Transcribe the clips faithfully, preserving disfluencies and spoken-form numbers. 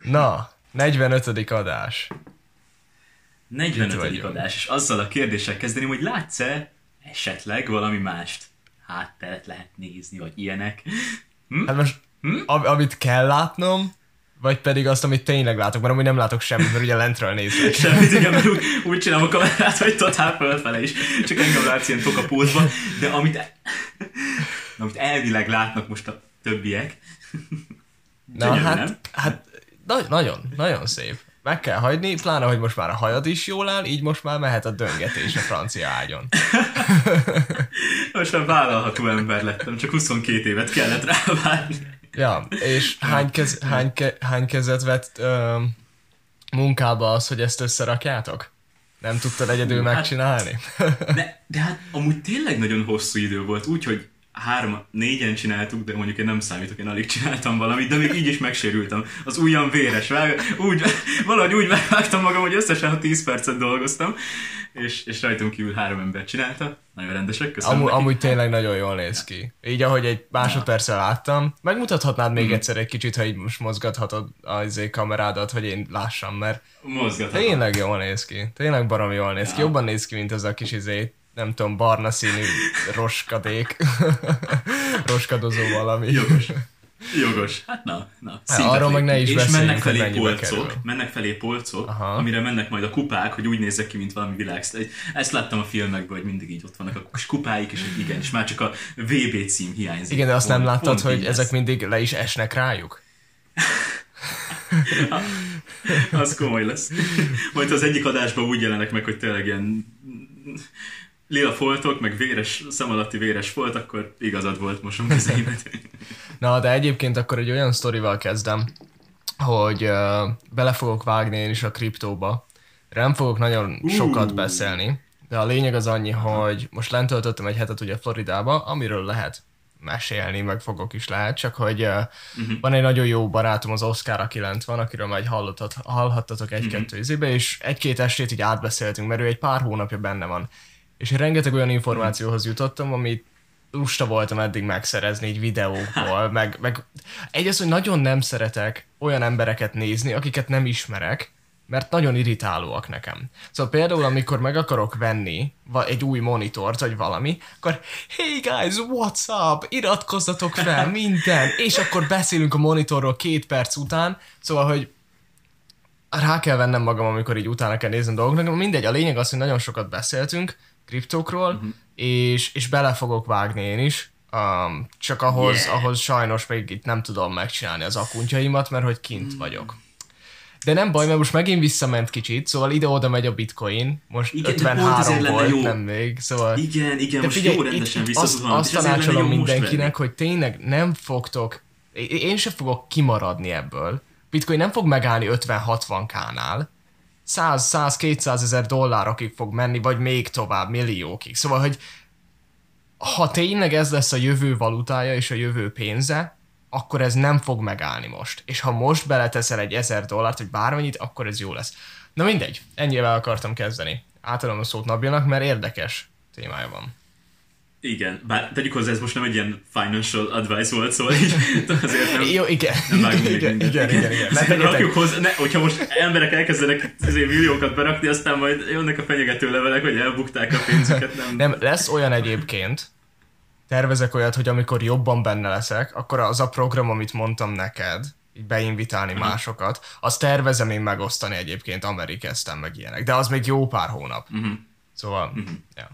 Na, negyvenötödik adás. negyvenötödik adás, és azzal a kérdéssel kezdeném, hogy látsz-e esetleg valami mást? Hátteret lehet nézni, vagy ilyenek. Hm? Hát most, hm? amit kell látnom, vagy pedig azt, amit tényleg látok, mert amúgy nem látok semmit, mert ugye lentről nézek. Semmit, igen, mert úgy, úgy csinálom a kamerát, hogy totál fölfele is, csak engem látsz ilyen tokapultba, de amit, amit elvileg látnak most a többiek. Na gyönyörű, hát, hát na- nagyon, nagyon szép. Meg kell hagyni, pláne, hogy most már a hajad is jól áll, így most már mehet a döngetés a francia ágyon. Most már vállalható ember lettem, csak huszonkét évet kellett rá várni. Ja, és hány, kez, hány, ke, hány kezet vett ö, munkába az, hogy ezt összerakjátok? Nem tudtad egyedül hát, megcsinálni? de, de hát amúgy tényleg nagyon hosszú idő volt, úgyhogy három, négyen csináltuk, de mondjuk én nem számítok, én alig csináltam valamit, de még így is megsérültem. Az ujjam véres, úgy, valahogy úgy megvágtam magam, hogy összesen tíz percet dolgoztam, és, és rajtunk kívül három ember csinálta. Nagyon rendesek, köszönöm. Amú, amúgy tényleg nagyon jól néz ki. Így ahogy egy másodperccel láttam, megmutathatnád még mm. egyszer egy kicsit, ha így most mozgathatod az kamerádat, hogy én lássam, mert tényleg jól néz ki. Tényleg baromi jól néz ja. ki. Jobban néz ki, mint az a kis izé, nem tudom, barna színű roskadék. Roskadozó valami. Jogos. Jogos. Hát na, na. Hát, arról meg ne is beszéljünk, mennek felé hogy polcok, mennek felé polcok, aha. amire mennek majd a kupák, hogy úgy nézzek ki, mint valami világsztár. Ezt láttam a filmekből, hogy mindig így ott vannak a kupáik, és hogy igen, és már csak a vé bé cím hiányzik. Igen, de azt pont, nem láttad, hogy ezek lesz. Mindig le is esnek rájuk? Az komoly lesz. Majd az egyik adásban úgy jelenek meg, hogy tényleg ilyen lila foltok, meg véres, szem alatti véres folt, akkor igazad volt, mosom kezeimet. Na, de egyébként akkor egy olyan sztorival kezdem, hogy uh, bele fogok vágni én is a kriptóba. Nem fogok nagyon uh. sokat beszélni, de a lényeg az annyi, hogy most lent töltöttem egy hetet ugye Floridába, amiről lehet mesélni, meg fogok is lehet, csak hogy uh, uh-huh. van egy nagyon jó barátom, az Oscar, aki lent van, akiről már hallhattatok egy-kettő uh-huh. izébe, és egy-két estét így átbeszéltünk, mert ő egy pár hónapja benne van. És rengeteg olyan információhoz jutottam, amit lusta voltam eddig megszerezni így videókból, meg, meg egyrészt, hogy nagyon nem szeretek olyan embereket nézni, akiket nem ismerek, mert nagyon irritálóak nekem. Szóval például, amikor meg akarok venni egy új monitort, vagy valami, akkor hey guys, what's up? Iratkozzatok fel, minden! És akkor beszélünk a monitorról két perc után, szóval, hogy rá kell vennem magam, amikor így utána kell nézni dolgoknak, mindegy, a lényeg az, hogy nagyon sokat beszéltünk kriptókról, uh-huh. és, és bele fogok vágni én is, um, csak ahhoz, yeah. ahhoz sajnos még itt nem tudom megcsinálni az akuntjaimat, mert hogy kint mm. vagyok. De nem baj, mert most megint visszament kicsit, szóval ide-oda megy a bitcoin, most igen, ötvenhárom volt, jó. Nem még, szóval... Igen, igen, most figyelj, jó rendesen visszatudom. Azt, azt tanácsolom mindenkinek, hogy tényleg nem fogtok, én sem fogok kimaradni ebből. Bitcoin nem fog megállni ötven-hatvan kánál, száz-kétszáz ezer dollárokig fog menni, vagy még tovább, milliókig. Szóval, hogy ha tényleg ez lesz a jövő valutája és a jövő pénze, akkor ez nem fog megállni most. És ha most beleteszel egy ezer dollárt, vagy bármennyit, akkor ez jó lesz. Na mindegy, ennyivel akartam kezdeni. Átadom a szót Nabilnak, mert érdekes témája van. Igen, bár tegyük hozzá, ez most nem egy ilyen financial advice volt, szóval így azért nem... Jó, igen. Nem igen, igen, igen, igen, igen. Rakjuk hozzá, ne, hogyha most emberek elkezdenek azért milliókat berakni, aztán majd jönnek a fenyegető levelek, hogy elbukták a pénzüket, nem... Nem, lesz olyan egyébként, tervezek olyat, hogy amikor jobban benne leszek, akkor az a program, amit mondtam neked, így beinvitálni uh-huh. másokat, azt tervezem én megosztani egyébként, Amerikeztem meg ilyenek, de az még jó pár hónap. Uh-huh. Szóval, uh-huh. ja.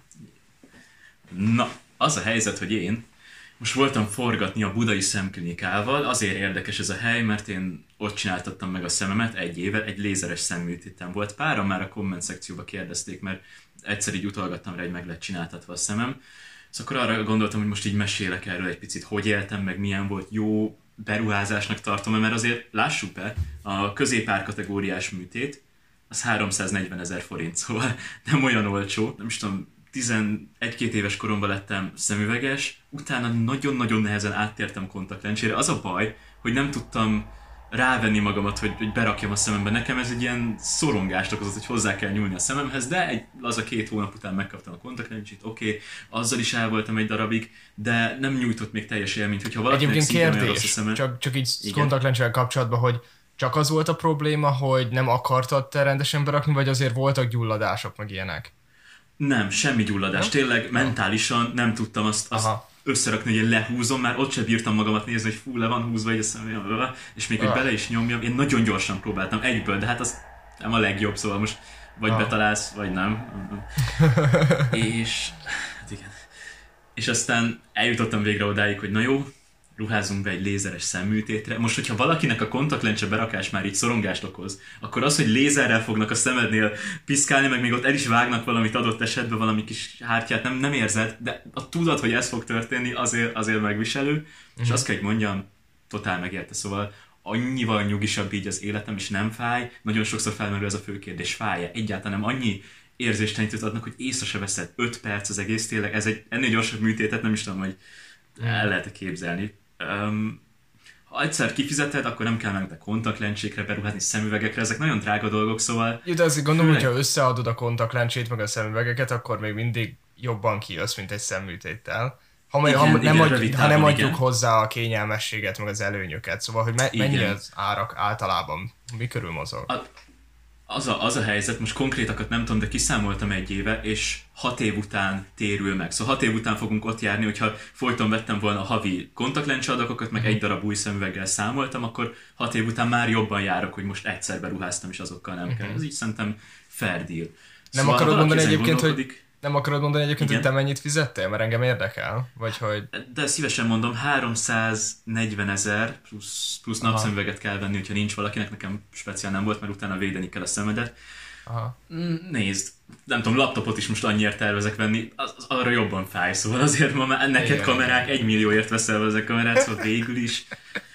Na, az a helyzet, hogy én most voltam forgatni a Budai Szemklinikával, azért érdekes ez a hely, mert én ott csináltattam meg a szememet egy éve, egy lézeres szemműtétem volt. Páran már a komment szekcióba kérdezték, mert egyszer így utalgattam rá, hogy meg lett csináltatva a szemem. Szóval akkor arra gondoltam, hogy most így mesélek erről egy picit, hogy éltem, meg milyen volt, jó beruházásnak tartom, mert azért lássuk be, a középár kategóriás műtét, az háromszáznegyven ezer forint, szóval nem olyan olcsó, nem is tudom, tizenegy-két éves koromban lettem szemüveges, utána nagyon-nagyon nehezen áttértem kontaktlencsére. Az a baj, hogy nem tudtam rávenni magamat, hogy, hogy berakjam a szemembe. Nekem ez egy ilyen szorongást okozott, hogy hozzá kell nyúlni a szememhez, de egy, az a két hónap után megkaptam a kontaktlencsét, oké, okay, azzal is el voltam egy darabig, de nem nyújtott még teljes élményt, hogyha valakinek egyébként szintén olyan kérdés, rossz a szeme. Csak, csak így kontaktlencsével kapcsolatban, hogy csak az volt a probléma, hogy nem akartad te rendesen berakni, vagy azért voltak gyulladások, meg ilyenek? Nem, semmi gyulladás. Nem? Tényleg mentálisan nem tudtam azt, azt összerakni, hogy én lehúzom, már ott sem bírtam magamat nézni, hogy fú, le van húzva, egy eszem, és még, hogy ah. bele is nyomjam. Én nagyon gyorsan próbáltam egyből, de hát az nem a legjobb, szóval most vagy ah. betalálsz, vagy nem. és... Hát igen. És aztán eljutottam végre odáig, hogy na jó, ruházunk be egy lézeres szemműtétre. Most, hogyha valakinek a kontaktlencse berakás már így szorongást okoz, akkor az, hogy lézerrel fognak a szemednél piszkálni, meg még ott el is vágnak valamit adott esetben, valami kis hártyát, nem, nem érzed, de a tudod, hogy ez fog történni, azért, azért megviselő. Mm-hmm. És azt kell, hogy mondjam, totál megérte, szóval annyival nyugisabb így az életem, és nem fáj. Nagyon sokszor felmerül ez a fő kérdés, fáj-e? Egyáltalán nem, annyi érzéstelenítőt adnak, hogy észre se veszed. öt perc az egész, tényleg ez egy ennél gyorsabb műtétet, nem is tudom, hogy el lehet képzelni. Um, ha egyszer kifizeted, akkor nem kell meg de kontaktlencsékre beruházni, szemüvegekre, ezek nagyon drága dolgok, szóval... Jó, de azért gondolom, főleg... hogyha összeadod a kontaktlencsét meg a szemüvegeket, akkor még mindig jobban kijössz, mint egy szemműtéttel. Ha, igen, ha, igen, nem, adj, ha nem adjuk igen. hozzá a kényelmességet, meg az előnyöket, szóval, hogy me, mennyi az árak általában, mi körül mozog? A, az, a, az a helyzet, most konkrétakat nem tudom, de kiszámoltam egy éve, és hat év után térül meg. Szóval hat év után fogunk ott járni, hogyha folyton vettem volna a havi kontaktlencse adagokat, meg egy darab új szemüveggel számoltam, akkor hat év után már jobban járok, hogy most egyszer beruháztam, és azokkal nem kell. Ez így szerintem fair deal. Nem szóval, akarod mondani egyébként, hogy Nem akarod mondani egyébként, igen. hogy te mennyit fizettél? Mert engem érdekel. Vagy hogy... De szívesen mondom, háromszáznegyven ezer plusz, plusz napszemüveget kell venni, hogyha nincs valakinek, nekem speciál nem volt, mert utána védeni kell a szemedet. Aha. Nézd, nem tudom, laptopot is most annyiért tervezek venni, az, az arra jobban fáj, szóval azért ma már neked igen, kamerák, egy millióért veszel ezek kamerát, szóval végül is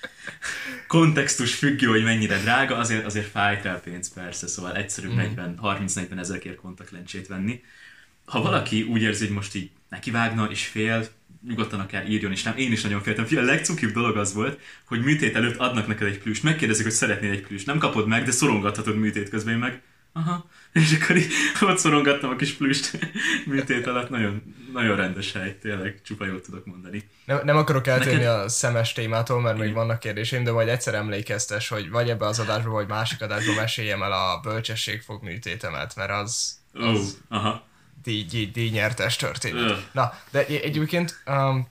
kontextus függő, hogy mennyire drága, azért, azért fájt rá pénz persze, szóval egyszerűbb mm. harminc-negyven ezerkért kontaktlencsét venni. Ha valaki úgy érzi, hogy most így nekivágna és fél, nyugodtan akár írjon is, nem, én is nagyon féltem. A legcukibb dolog az volt, hogy műtét előtt adnak neked egy plüst, megkérdezik, hogy szeretnél egy plüst, nem kapod meg, de szorongathatod műtét közben, én meg aha, és akkor így ott szorongattam a kis plüst műtét alatt, nagyon, nagyon rendes hely, tényleg csupa jót tudok mondani. Nem, nem akarok eltérni neked... a szemes témától, mert igen. még vannak kérdéseim, de majd egyszer emlékeztes, hogy vagy ebbe az adásba, vagy másik adásba meséljem el a bölcsességfog műtétemet, mert az... az... Oh, aha. Díj, díj nyertes történet. Öh. Na, de egyébként um,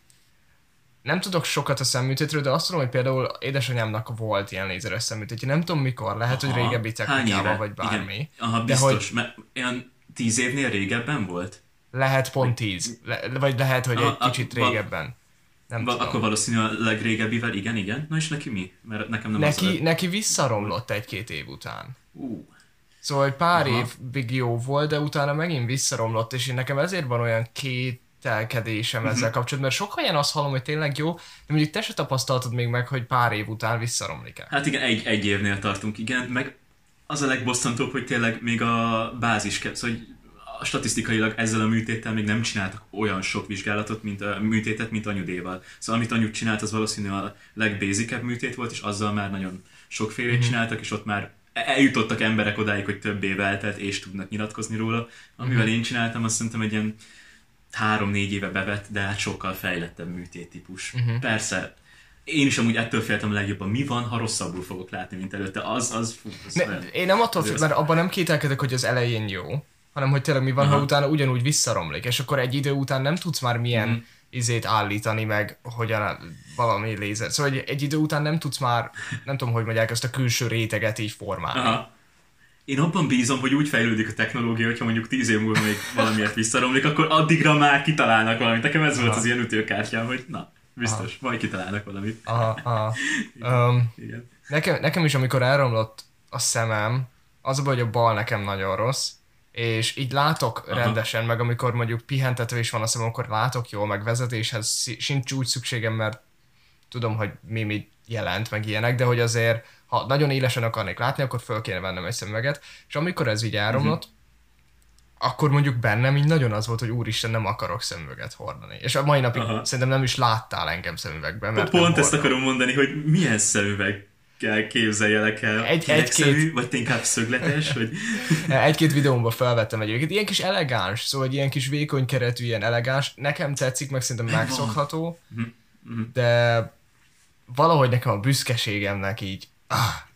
nem tudok sokat a szemműtétről, de azt tudom, hogy például édesanyámnak volt ilyen lézeres szemműtétje. Nem tudom mikor, lehet, aha, hogy régebbi technikával, vagy bármi. Igen. Aha, biztos, de hogy... mert olyan tíz évnél régebben volt? Lehet pont tíz, Le, vagy lehet, hogy aha, egy kicsit a, régebben. Nem va, akkor valószínű a legrégebbivel, igen, igen. Na és neki mi? Mert nekem nem neki, az a... neki visszaromlott egy-két év után. Uh. Szóval egy pár aha. évig jó volt, de utána megint visszaromlott, és én nekem ezért van olyan kételkedésem uh-huh. ezzel kapcsolatban, mert sok helyen azt hallom, hogy tényleg jó, de mondjuk te se tapasztaltad még meg, hogy pár év után visszaromlik el. Hát igen, egy, egy évnél tartunk, igen, meg az a legbosszantóbb, hogy tényleg még a bázis, szóval a statisztikailag ezzel a műtéttel még nem csináltak olyan sok vizsgálatot, mint a műtétet, mint anyudéval. Szóval amit anyud csinált, az valószínűleg a legbasicebb műtét volt, és azzal már nagyon sokfélét uh-huh. csináltak, és ott már eljutottak emberek odáig, hogy több év eltelt, és tudnak nyilatkozni róla. Amivel uh-huh. én csináltam, azt szerintem egy ilyen három-négy éve bevett, de hát sokkal fejlettebb műtéttípus. Uh-huh. Persze, én is amúgy ettől féltem a legjobban. Mi van, ha rosszabbul fogok látni, mint előtte? Az, az, fú, az ne, olyan, én nem attól fél, mert abban nem kételkedek, hogy az elején jó, hanem hogy tényleg mi van, uh-huh. ha utána ugyanúgy visszaromlik, és akkor egy idő után nem tudsz már milyen uh-huh. izét állítani meg, hogyan valami lézer. Szóval egy, egy idő után nem tudsz már, nem tudom, hogy mondják, ezt a külső réteget így formálni. Aha. Én abban bízom, hogy úgy fejlődik a technológia, hogyha mondjuk tíz év múlva még valamiért visszaromlik, akkor addigra már kitalálnak valamit. Nekem ez aha. volt az ilyen ütőkártyám, hogy na, biztos, aha. majd kitalálnak valamit. Aha, aha. um, Igen. Nekem, nekem is, amikor elromlott a szemem, az a baj, hogy a bal nekem nagyon rossz, és így látok aha. rendesen, meg amikor mondjuk pihentetve is van a szemem, akkor látok jól, meg vezetéshez sincs úgy szükségem, mert tudom, hogy mi mit jelent, meg ilyenek, de hogy azért, ha nagyon élesen akarnék látni, akkor föl kéne vennem egy szemüveget, és amikor ez így elromlott, uh-huh. akkor mondjuk bennem így nagyon az volt, hogy úristen, nem akarok szemüveget hordani. És a mai napig aha. szerintem nem is láttál engem szemüvegben, mert pont ezt akarom mondani, hogy milyen szemüveg kell képzeljelek el. Egy, egy-két... vagy inkább szögletes, vagy... Egy-két videómban felvettem egyébként. Ilyen kis elegáns, szóval ilyen kis vékony keretű, ilyen elegáns. Nekem tetszik, meg szerintem megszokható, de valahogy nekem a büszkeségemnek így... Ah,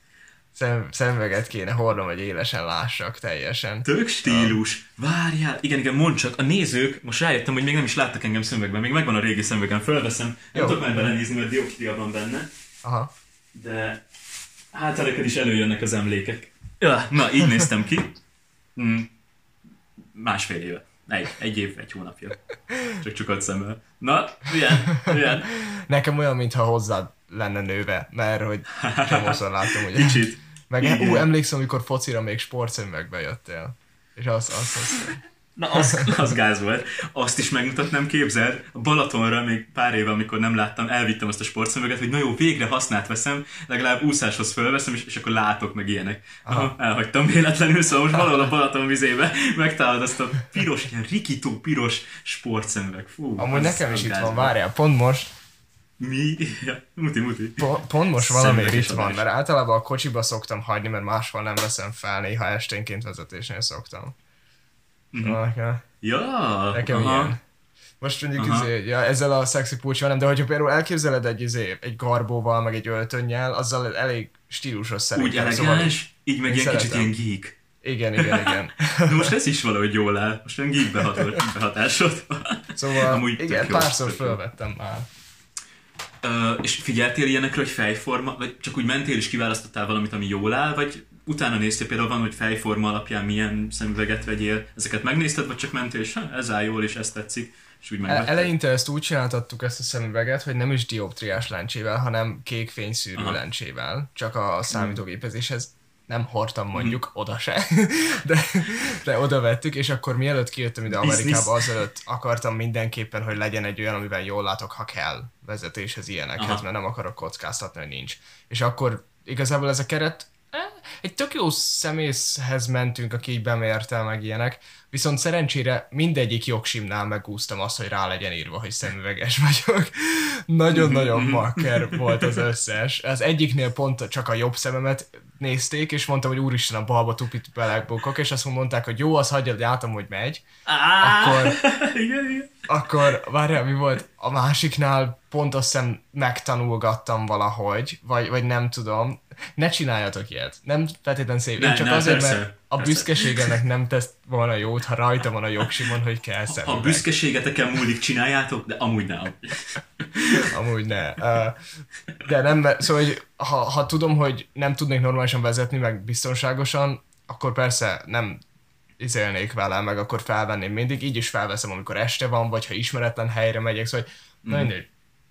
szem, szemüveget kéne hordnom, hogy élesen lássak teljesen. Tök stílus. Várjál, igen, igen, mondd csak, a nézők, most rájöttem, hogy még nem is láttak engem szemüvegben, még megvan a régi szemüvegem, fölveszem, nem tudok már belenézni, mert dioptria van benne. Aha. De hát neked is előjönnek az emlékek. Ja, na, így néztem ki. Mm. Másfél éve. Egy, egy év, egy hónapja. Csak csukott szemmel. Na, milyen? Milyen? Nekem olyan, mintha hozzád lenne nőve, mert hogy csomószor láttam, hogy... Kicsit. Meg ú, emlékszem, amikor focira még sportszemüvegbe jöttél. És az, az, az... Na, az, az gáz volt. Azt is megmutatnám, képzeld. A Balatonra még pár éve, amikor nem láttam, elvittem azt a sportszemüveget, hogy na jó, végre használt veszem, legalább úszáshoz fölveszem, és, és akkor látok meg ilyenek. Aha, elhagytam véletlenül, szóval most valahol a Balaton vizébe megtalálod azt a piros, ilyen rikító piros sportszemüveg. Fú, amúgy nekem is itt van, várjál, pont most. Mi? Ja, muti, muti. Po- pont most valamiért itt van, mert általában a kocsiba szoktam hagyni, mert máshol nem veszem fel, néha esténként vezetésnél szoktam. Uh-huh. Nekem, ja, nekem ilyen. Most mondjuk izé, ja, ezzel a szexi pulcsival nem, de hogyha például elképzeled egy, izé, egy garbóval, meg egy öltönnyel, azzal elég stílusos szerintem. Úgy elegáns, szóval, így meg ilyen kicsit ilyen geek. Igen, igen, igen. De most ez is valahogy jól áll. Most olyan geek behatásod. Szóval amúgy igen, párszor fölvettem már. Uh, és figyeltél ilyenekre, hogy fejforma, vagy csak úgy mentél és kiválasztottál valamit, ami jól áll, vagy utána néztél például van, hogy fejforma alapján milyen szemüveget vegyél, ezeket megnézted, vagy csak mentél és ha, ez áll jól és ezt tetszik, és úgy megvetted? Eleinte ezt úgy csináltattuk ezt a szemüveget, hogy nem is dioptriás lencsével, hanem kék fényszűrű Aha. lencsével, csak a számítógépezéshez nem hordtam mondjuk, mm. oda se, de, de oda vettük, és akkor mielőtt kijöttem ide Amerikába, azelőtt akartam mindenképpen, hogy legyen egy olyan, amivel jól látok, ha kell vezetéshez ilyenekhez, Aha. mert nem akarok kockáztatni, hogy nincs. És akkor igazából ez a keret, eh, egy tök jó szemészhez mentünk, aki így bemérte meg ilyenek, viszont szerencsére mindegyik jogsimnál megúsztam azt, hogy rá legyen írva, hogy szemüveges vagyok. Nagyon-nagyon makker volt az összes. Az egyiknél pont csak a jobb szememet nézték, és mondtam, hogy úristen, a balba tupit belegbukok, és azt mondták, hogy jó, az hagyjad, látom, hogy megy. Akkor, akkor várjál, mi volt? A másiknál pont azt hiszem megtanulgattam valahogy, vagy, vagy nem tudom. Ne csináljatok ilyet. Nem feltétlenül szép. Én csak ne, azért, persze, mert a büszkeségemnek nem tesz volna jót, ha rajta van a jogsimon, hogy kell szemüveg. Ha a büszkeségeteken múlik, csináljátok, de amúgy nem. Amúgy ne. De nem, szóval, hogy ha, ha tudom, hogy nem tudnék normálisan vezetni, meg biztonságosan, akkor persze nem izélnék vele, meg akkor felvenném mindig. Így is felveszem, amikor este van, vagy ha ismeretlen helyre megyek, szóval, hogy mm. mindegy.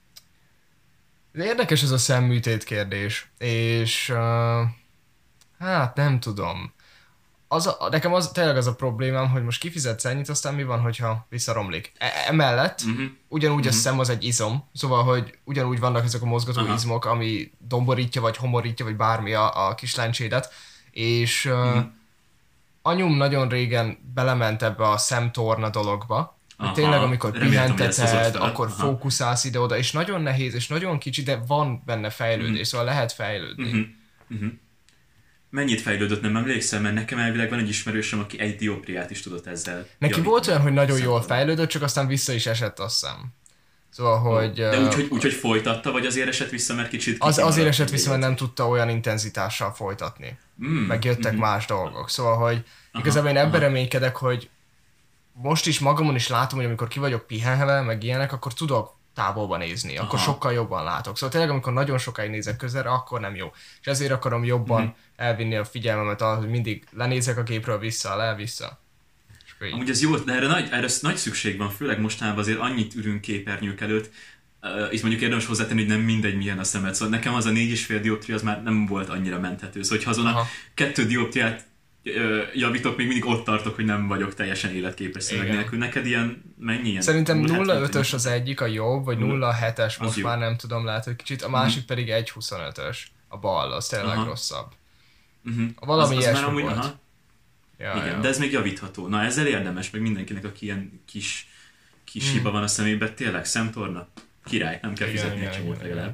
De érdekes ez a szemműtét kérdés, és uh, hát nem tudom. Az a, nekem az, tényleg az a problémám, hogy most kifizetsz ennyit, aztán mi van, hogyha visszaromlik. E- emellett uh-huh. ugyanúgy uh-huh. a szem az egy izom, szóval, hogy ugyanúgy vannak ezek a mozgató uh-huh. izmok, ami domborítja, vagy homorítja, vagy bármi a, a kis lencsédet, és uh, uh-huh. anyum nagyon régen belement ebbe a szemtorna dologba, hogy tényleg, amikor pihenteted, akkor Aha. fókuszálsz ide-oda, és nagyon nehéz, és nagyon kicsi, de van benne fejlődés, uh-huh. szóval lehet fejlődni. Uh-huh. Uh-huh. Mennyit fejlődött, nem emlékszem, mert nekem elvileg van egy ismerősöm, aki egy diopriát is tudott ezzel. Neki javítani. Volt olyan, hogy nagyon jól fejlődött, csak aztán vissza is esett, azt hiszem. Szóval, hogy... De úgy, hogy, úgy, hogy folytatta, vagy azért esett vissza, mert kicsit... Az, azért esett vissza, mert nem tudta olyan intenzitással folytatni. Mm. Meg jöttek mm-hmm. más dolgok. Szóval, hogy aha, igazából én ebben aha. reménykedek, hogy most is magamon is látom, hogy amikor ki vagyok pihenve, meg ilyenek, akkor tudok távolban nézni, aha. akkor sokkal jobban látok. Szóval tényleg, amikor nagyon sokáig nézek közelre, akkor nem jó. És ezért akarom jobban mm. elvinni a figyelmemet arra, hogy mindig lenézek a gépről vissza, le-vissza. Amúgy ez jó, de erre nagy, erre nagy szükség van, főleg mostanában azért annyit ürünk képernyők előtt, uh, és mondjuk érdemes hozzátenni, hogy nem mindegy milyen a szemed. Szóval nekem az a négy és fél dioptria az már nem volt annyira menthető. Szóval, hogyha azon a kettő dioptriát uh, javítok, még mindig ott tartok, hogy nem vagyok teljesen életképes szemeg nélkül. Neked ilyen mennyi ilyen? Szerintem nulla egész ötös az egyik, a jobb, vagy nulla egész hetes, most jó. Már nem tudom, lehet, hogy kicsit. A másik mm. pedig egy egész huszonötös. A bal, az tényleg aha. rosszabb. Mm-hmm. Valami az, az ilyesmi amúgy, volt. Aha. Ja, igen, ja. De ez még javítható. Na ezzel érdemes, meg mindenkinek, aki ilyen kis, kis hmm. hiba van a szemében, tényleg szemtorna, király, nem kell igen, fizetni igen, egy csomót legalább.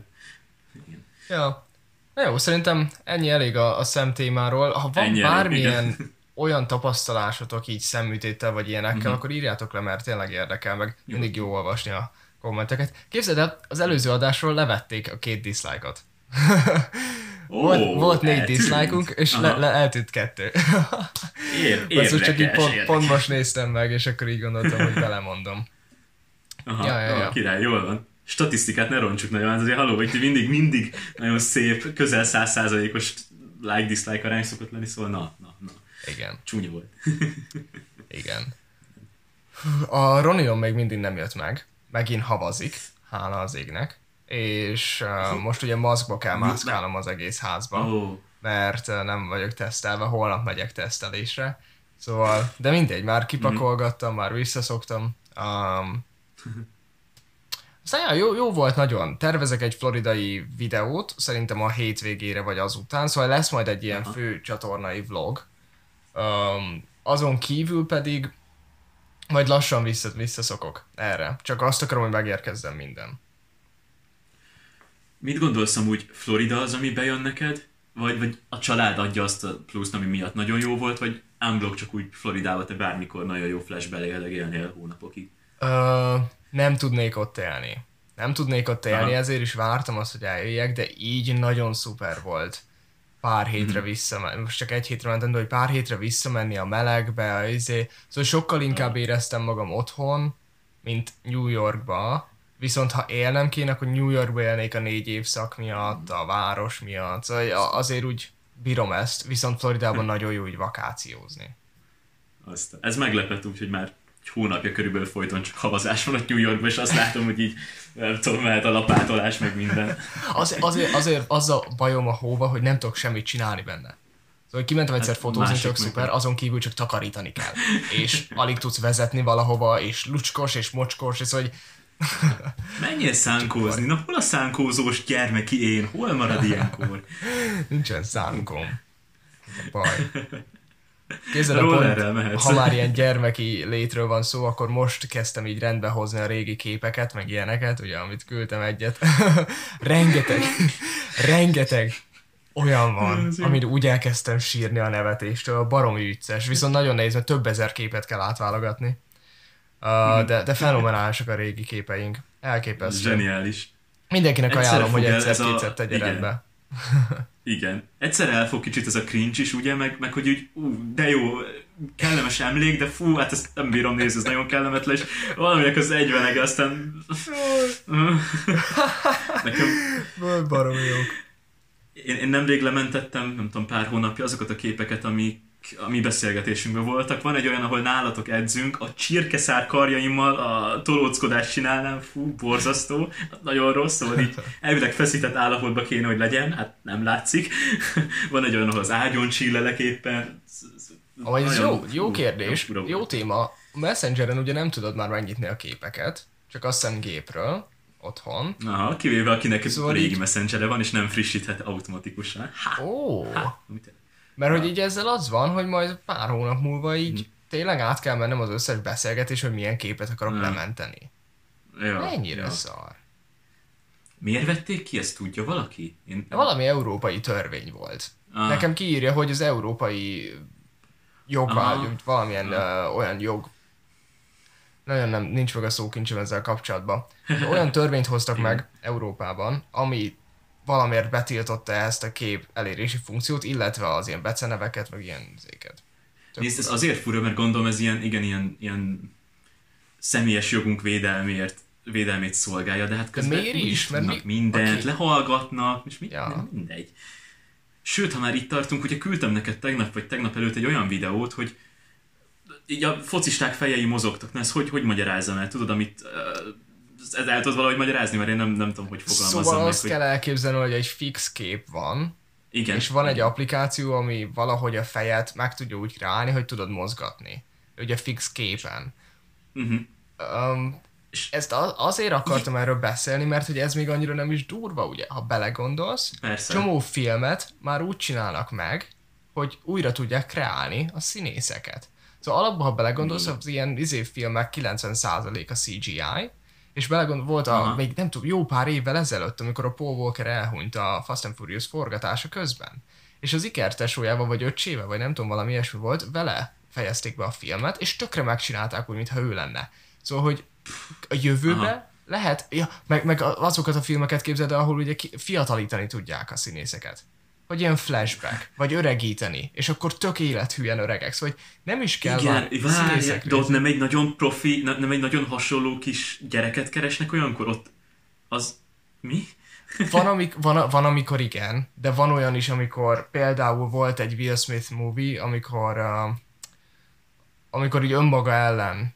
Ja, na jó, szerintem ennyi elég a, a szemtémáról. Ha van ennyi bármilyen elég, olyan tapasztalásotok így szemműtéttel vagy ilyenekkel, uh-huh. akkor írjátok le, mert tényleg érdekel, meg jó. Mindig jó olvasni a kommenteket. Képzeld el, az előző adásról levették a két dislike-ot. Ó, volt, volt négy eltűnt. dislike-unk, és le, le, eltűnt kettő. Ér, Érdekes, csak így érdekes, pont, érdekes. pont most néztem meg, és akkor így gondoltam, hogy belemondom. Aha, Ja, ja, ja. Ó, király, jól van. Statisztikát ne roncsuk nagyon, hát azért halló, hogy ti mindig, mindig nagyon szép, közel száz százalékos like-dislike arány szokott lenni, szóval na, na, na. Igen, Csúnya volt. igen. A Ronion még mindig nem jött meg. Megint havazik, hála az égnek. És uh, most ugye maszkba kell mászkálnom az egész házba. Oh. Mert uh, nem vagyok tesztelve, holnap megyek tesztelésre. Szóval, de mindegy, már kipakolgattam, mm-hmm. már visszaszoktam. Um, aztán ja, jó, jó volt nagyon. Tervezek egy floridai videót, szerintem a hétvégére vagy azután, szóval lesz majd egy ilyen fő csatornai vlog. Um, azon kívül pedig majd lassan vissza, visszaszokok erre. Csak azt akarom, hogy megérkezzem minden. Mit gondolsz amúgy, Florida az, ami bejön neked? Vagy, vagy a család adja azt a pluszt, ami miatt nagyon jó volt, vagy unblock csak úgy Floridába te bármikor nagyon jó flashbe élnél hónapokig? Ö, nem tudnék ott élni. Nem tudnék ott élni, Aha. ezért is vártam azt, hogy eljöjjek, de így nagyon szuper volt pár hétre mm-hmm. visszamenni. Most csak egy hétre mentem, de hogy pár hétre visszamenni a melegbe, a izé. Szóval sokkal inkább éreztem magam otthon, mint New Yorkba. Viszont ha élnem kéne, akkor New Yorkba élnék a négy évszak miatt, a város miatt. Szóval azért úgy bírom ezt, viszont Floridában nagyon jó úgy vakációzni. Aztán. Ez meglepett úgy, hogy már egy hónapja körülbelül folyton csak havazás van a New Yorkban, és azt látom, hogy így nem tudom, mehet a lapátolás, meg minden. Az, azért, azért az a bajom a hóba, hogy nem tudok semmit csinálni benne. Szóval kimentem egyszer hát fotózni, tök szuper, azon kívül csak takarítani kell. És alig tudsz vezetni valahova, és lucskos, és mocskos, és szóval, hogy menjél szánkózni, na hol a szánkózós gyermeki én, hol marad ilyenkor? Nincsen szánkom. Baj. Képzeld, pont, ha már ilyen gyermeki létről van szó, akkor most kezdtem így rendbe hozni a régi képeket, meg ilyeneket, ugye, amit küldtem egyet. rengeteg, rengeteg olyan van, amire úgy elkezdtem sírni a nevetéstől, baromi vicces, viszont nagyon nehéz, mert több ezer képet kell átválogatni. Uh, de, de fenomenálisak a régi képeink. Elképesztő. Zseniális. Mindenkinek egyszerre ajánlom, hogy egyszer-kétszer tegye rendbe. Igen. Egyszer elfog kicsit ez a cringe is, ugye, meg, meg hogy úgy, ú, de jó, kellemes emlék, de fú, hát ezt nem bírom nézni, ez nagyon kellemetlen, és valaminek az egyvenege, aztán... Nekem... Baromi jók. Én, én nemrég lementettem, nem tudom, pár hónapja azokat a képeket, amik a mi beszélgetésünkben voltak. Van egy olyan, ahol nálatok edzünk, a csirkeszár karjaimmal a tolóckodást csinálnám, fú, borzasztó, nagyon rossz, szóval így elvileg feszített állapotba kéne, hogy legyen, hát nem látszik. Van egy olyan, ahol az ágyon csillelek éppen. Amely ez jó, jó kérdés, jó, jó téma. A Messengeren ugye nem tudod már megnyitni a képeket, csak azt hiszem gépről, otthon. Aha, kivéve akinek szóval a régi így... Messengere van, és nem frissíthet automatikusan. Ó, oh. Há, mert hogy így ezzel az van, hogy majd pár hónap múlva így hmm. tényleg át kell mennem az összes beszélgetés, hogy milyen képet akarok hmm. lementeni. Ja, mennyire ja. szar. Miért vették ki, ezt tudja valaki? Én... Valami európai törvény volt. Ah. Nekem kiírja, hogy az európai jogvágy, valamilyen uh, olyan jog, nagyon nem, nincs meg a szókincsem ezzel kapcsolatban. De olyan törvényt hoztak meg Európában, ami valamiért betiltotta ezt a kép elérési funkciót, illetve az ilyen beceneveket, meg ilyen zéket. Nézd, ez azért fura, mert gondolom ez ilyen, igen, ilyen, ilyen személyes jogunk védelmért, védelmét szolgálja, de hát közben miért is? Mert mi... mindent, okay. lehallgatnak, és mi... ja. mindegy. Sőt, ha már itt tartunk, ugye küldtem neked tegnap vagy tegnap előtt egy olyan videót, hogy így a focisták fejei mozogtak. Na, ezt hogy, hogy magyarázzam el? Tudod, amit... Uh, ez el tudod valahogy magyarázni, mert én nem, nem tudom, hogy fogalmazzam szóval meg. azt hogy... kell elképzelni, hogy egy fix kép van, igen, és van igen. egy applikáció, ami valahogy a fejet meg tudja úgy ráállni, hogy tudod mozgatni. Ugye fix képen. Uh-huh. Um, és ezt azért akartam erről beszélni, mert hogy ez még annyira nem is durva, ugye? Ha belegondolsz, persze. Csomó filmet már úgy csinálnak meg, hogy újra tudják kreálni a színészeket. Szóval alapban, ha belegondolsz, az ilyen izé filmek kilencven százalék a cé gé í, és belegondolsz, volt a, még nem tudom, jó pár évvel ezelőtt, amikor a Paul Walker elhunyt a Fast and Furious forgatása közben. És az ikertesójával, vagy öccsével, vagy nem tudom, valami ilyesmi volt, vele fejezték be a filmet, és tökre megcsinálták úgy, mintha ő lenne. Szóval, hogy a jövőbe aha. lehet, ja, meg, meg azokat a filmeket képzeld el, ahol ugye fiatalítani tudják a színészeket. hogy ilyen flashback, vagy öregíteni, és akkor tök élethűen öregeksz, vagy nem is kell Igen, várj, de ott nem egy nagyon profi, nem egy nagyon hasonló kis gyereket keresnek olyankor, ott az... Mi? Van, amik, van, van, amikor igen, de van olyan is, amikor például volt egy Will Smith movie, amikor, uh, amikor így önmaga ellen,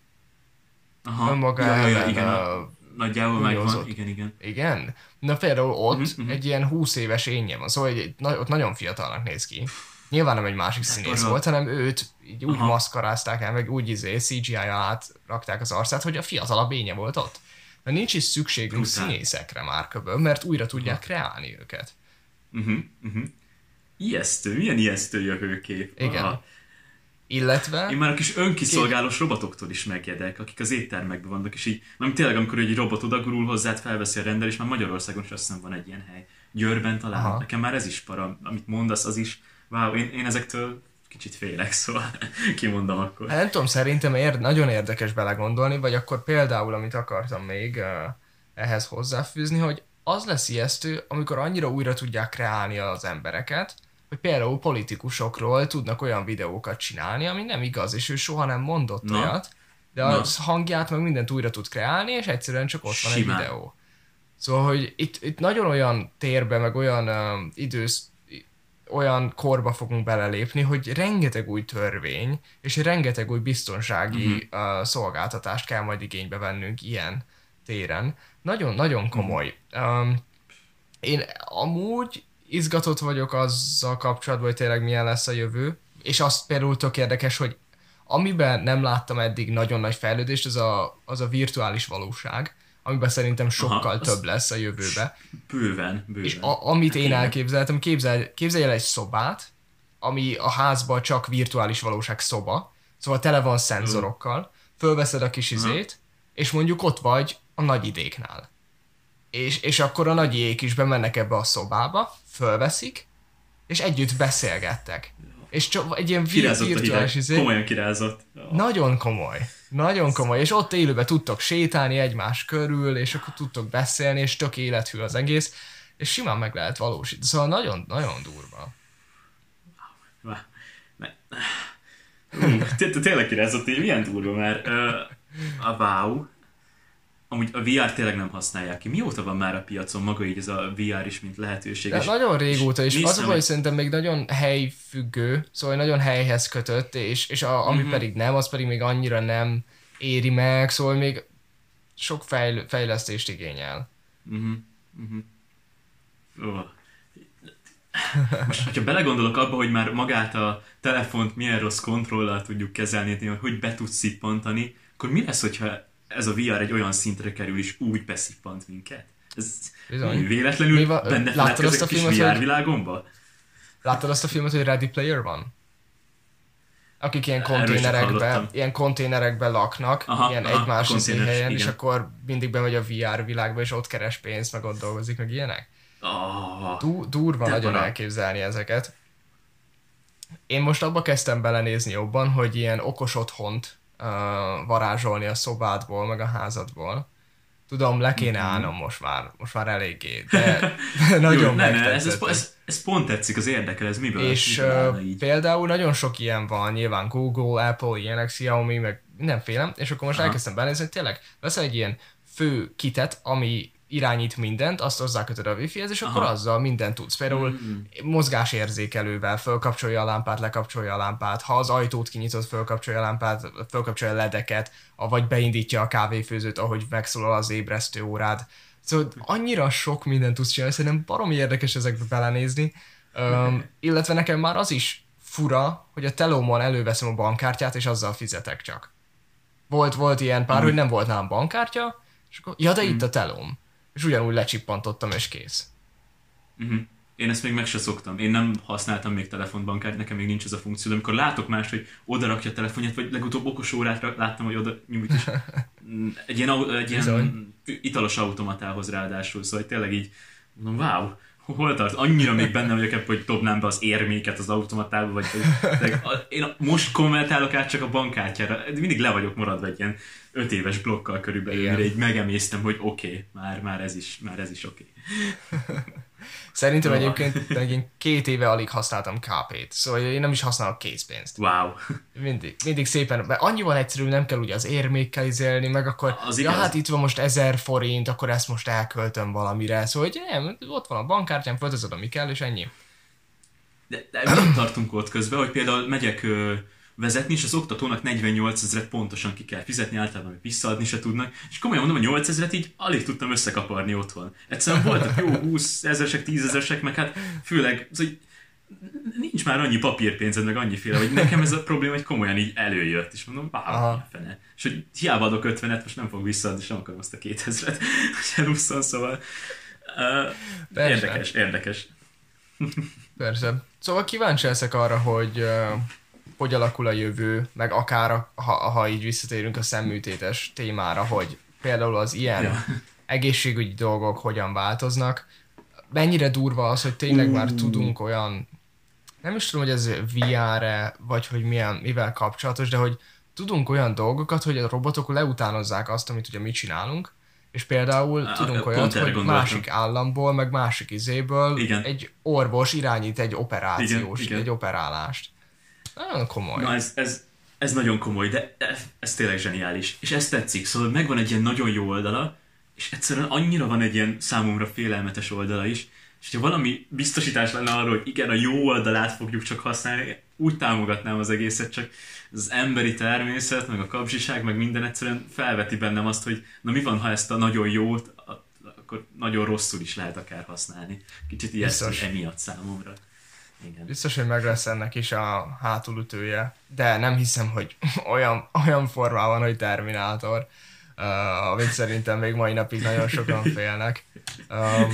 Aha. önmaga ja, ellen ja, igen, uh, a, nagyjából megvan, igen, igen. Igen? Na például ott uh-huh. egy ilyen húsz éves énje van, szóval egy, ott nagyon fiatalnak néz ki. Nyilván nem egy másik de színész volt, hanem őt így úgy Aha. maszkarázták el, meg úgy izé, cé gé í-jal átrakták az arcát, hogy a fiatalabb énje volt ott. Mert nincs is szükségünk Brutál. Színészekre már köböl, mert újra tudják uh-huh. kreálni őket. Uh-huh. Uh-huh. Ijesztő, milyen ijesztő jövőkép. Igen. Aha. Illetve... Én már a kis önkiszolgálós Két... robotoktól is megjedek, akik az éttermekben vannak, és így, nem tényleg, amikor egy robot odagurul hozzád, felveszi a rendelést, már Magyarországon is azt hiszem van egy ilyen hely. Győrben talán. Aha. Nekem már ez is para, amit mondasz, az is. Wow, én, én ezektől kicsit félek, szóval kimondom akkor. Hát nem tudom, szerintem ér, nagyon érdekes belegondolni, vagy akkor például, amit akartam még uh, ehhez hozzáfűzni, hogy az lesz ijesztő, amikor annyira újra tudják kreálni az embereket, hogy például politikusokról tudnak olyan videókat csinálni, ami nem igaz, és ő soha nem mondott Na. olyat, de Na. az hangját meg mindent újra tud kreálni, és egyszerűen csak ott Simán. van egy videó. Szóval, hogy itt, itt nagyon olyan térbe, meg olyan uh, idősz, olyan korba fogunk belelépni, hogy rengeteg új törvény, és rengeteg új biztonsági uh-huh. uh, szolgáltatást kell majd igénybe vennünk ilyen téren. Nagyon-nagyon komoly. Uh-huh. Um, én amúgy izgatott vagyok azzal kapcsolatban, hogy tényleg milyen lesz a jövő, és azt például tök érdekes, hogy amiben nem láttam eddig nagyon nagy fejlődést, az a, az a virtuális valóság, amiben szerintem sokkal Aha, több lesz a jövőbe. Bőven, bőven. És a, amit hát én elképzeltem, képzel, képzelj el egy szobát, ami a házban csak virtuális valóság szoba, szóval tele van szenzorokkal, fölveszed a kis izét, és mondjuk ott vagy a nagy idéknál. És, és akkor a nagyék is bemennek ebbe a szobába, fölveszik, és együtt beszélgettek. És csak egy ilyen Kirázott virtuális izé. Komolyan kirázott. Oh. Nagyon komoly. Nagyon komoly. És ott élőben tudtok sétálni egymás körül, és akkor tudtok beszélni, és tök élethű az egész. És simán meg lehet valósítani. Szóval nagyon, nagyon durva. Tényleg kirázott, hogy milyen durva, mert a wow. Amúgy a vé er tényleg nem használják ki. Mióta van már a piacon maga így ez a vé er is, mint lehetőség? És nagyon régóta, és, és az a baj, hogy szerintem még nagyon helyfüggő, szóval nagyon helyhez kötött, és, és a, ami uh-huh. pedig nem, az pedig még annyira nem éri meg, szóval még sok fejl, fejlesztést igényel. Uh-huh. Uh-huh. Oh. Most, hogyha belegondolok abba, hogy már magát a telefont milyen rossz kontrollal tudjuk kezelni, hogy be tudsz szippantani, akkor mi lesz, hogyha ez a vé er egy olyan szintre kerül, és úgy beszippant minket? Ez Bizony. Véletlenül va- benne feledkezek a kis vé er világomba? Láttad azt a filmet, hogy Ready Player One? Akik ilyen konténerekben, ilyen konténerekben laknak, aha, ilyen aha, egymás helyen, és akkor mindig bemegy a vé er világba, és ott keres pénzt, meg ott dolgozik, meg ilyenek. Oh, du- durva nagyon van elképzelni ezeket. Én most abba kezdtem belenézni jobban, hogy ilyen okos otthont uh, varázsolni a szobádból, meg a házadból. Tudom, le kéne mm-hmm. állnom most már, most már eléggé, de, de nagyon megtetszett. Ez, ez, ez, ez pont tetszik, az érdekel, ez miből? És miből uh, például nagyon sok ilyen van, nyilván Google, Apple, ilyenek, Xiaomi, meg mindenféle, és akkor most Aha. elkezdtem belenézni, hogy tényleg veszel egy ilyen fő kitet, ami irányít mindent, azt hozzákötöd a wifi-hez, és Aha. akkor azzal mindent tudsz. Például mm-hmm. mozgásérzékelővel fölkapcsolja a lámpát, lekapcsolja a lámpát, ha az ajtót kinyitod, fölkapcsolja a lámpát, fölkapcsolja a ledeket, vagy beindítja a kávéfőzőt, ahogy megszólal az ébresztő órád. Szóval annyira sok mindent tudsz csinálni, szerintem baromi érdekes ezekbe belenézni. Um, illetve nekem már az is fura, hogy a telómon előveszem a bankkártyát, és azzal fizetek csak. Volt, volt ilyen pár, mm. hogy nem volt nálam bankkártya, és akkor, ja, de mm. itt a telóm. És ugyanúgy lecsippantottam, és kész. Uh-huh. Én ezt még meg se szoktam. Én nem használtam még telefonbankárt, nekem még nincs ez a funkció, de amikor látok más, hogy oda rakja a telefonját, vagy legutóbb okos órát láttam, hogy oda nyújt is. Egy ilyen, egy ilyen italos automatához ráadásul, szóval tényleg így mondom, wow, hol tart? Annyira még benne vagyok ebben, hogy dobnám be az érméket az automatába, vagy én most kommentálok át csak a bankkártyára, mindig le vagyok maradva egy ilyen öt éves blokkal körülbelül, mire így megemésztem, hogy oké, okay, már, már ez is, már ez is oké. Okay. Szerintem egyébként én két éve alig használtam ká pét, szóval én nem is használok készpénzt. Wow. Mindig, mindig szépen, mert annyival egyszerűbb, nem kell ugye az érmékkel izélni, meg akkor, Az ja igaz. hát itt van most ezer forint, akkor ezt most elköltöm valamire, szóval hogy nem, ott van a bankkártyám, föltözöd, ami kell, és ennyi. De, de nem tartunk ott közben, hogy például megyek ö, vezetni, és az oktatónak negyvennyolc ezret pontosan ki kell fizetni, általában hogy visszaadni se tudnak, és komolyan mondom, hogy nyolc ezret így alig tudtam összekaparni otthon. Egyszerűen voltak jó húsz ezeresek, tíz ezeresek, meg hát főleg, az, hogy nincs már annyi papírpénzed, meg annyiféle, hogy nekem ez a probléma, hogy komolyan így előjött, és mondom, bár fene. És hogy hiába adok ötvenet, most nem fog visszaadni, és nem akarom azt a kétezret, hogy elusszon, szóval uh, érdekes, érdekes. Persze. Szóval kíváncsi leszek arra, hogy uh, hogy alakul a jövő, meg akár a, ha, ha így visszatérünk a szemműtétes témára, hogy például az ilyen ja. egészségügyi dolgok hogyan változnak. Mennyire durva az, hogy tényleg uh. már tudunk olyan, nem is tudom, hogy ez vé er-e, vagy hogy milyen, mivel kapcsolatos, de hogy tudunk olyan dolgokat, hogy a robotok leutánozzák azt, amit ugye mi csinálunk, és például a, tudunk a, olyat, hogy gondoltam. Másik államból, meg másik izéből igen. egy orvos irányít egy operációs, igen, igen. egy operálást. Nagyon komoly. Na ez, ez, ez nagyon komoly, de ez tényleg zseniális. És ez tetszik, szóval megvan egy ilyen nagyon jó oldala, és egyszerűen annyira van egy ilyen számomra félelmetes oldala is, és ha valami biztosítás lenne arról, hogy igen, a jó oldalát fogjuk csak használni, úgy támogatnám az egészet, csak az emberi természet, meg a kapzsiság, meg minden egyszerűen felveti bennem azt, hogy na mi van, ha ezt a nagyon jót, akkor nagyon rosszul is lehet akár használni. Kicsit ijesztő emiatt számomra. Igen. Biztos, hogy meg lesz ennek is a hátulütője, de nem hiszem, hogy olyan, olyan formában, hogy Terminátor, uh, amit szerintem még mai napig nagyon sokan félnek. Um,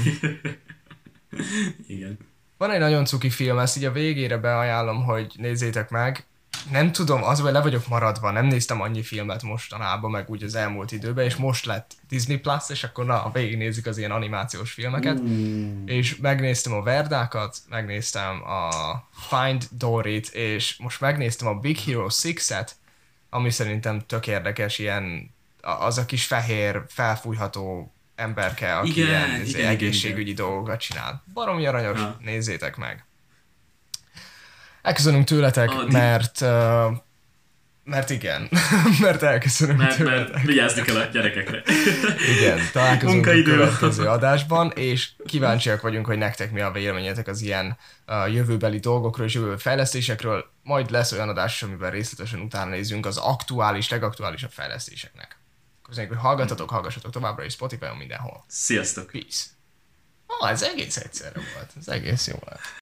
Igen. Van egy nagyon cuki film, ezt így a végére beajánlom, hogy nézzétek meg. Nem tudom, az, hogy le vagyok maradva, nem néztem annyi filmet mostanában, meg úgy az elmúlt időben, és most lett Disney Plus, és akkor na, végignézzük az ilyen animációs filmeket. Mm. És megnéztem a Verdákat, megnéztem a Find Dory-t, és most megnéztem a Big Hero hatot, ami szerintem tök érdekes, ilyen az a kis fehér, felfújható emberke, aki igen, ilyen igen, igen, egészségügyi igen. dolgokat csinál. Baromi aranyos, ja. Nézzétek meg. Elköszönünk tőletek, ah, mert, uh, mert igen, mert elköszönünk mert, tőletek. Mert vigyázni kell a gyerekekre. Igen, találkozunk a következő adásban, és kíváncsiak vagyunk, hogy nektek mi a véleményetek az ilyen uh, jövőbeli dolgokról és jövőbeli fejlesztésekről. Majd lesz olyan adás, amiben részletesen utána nézzünk az aktuális, legaktuálisabb fejlesztéseknek. Köszönjük, hogy hallgatatok, hallgassatok továbbra is Spotify-on mindenhol. Sziasztok! Peace! Ah, ez egész egyszerre volt, ez egész jó lett.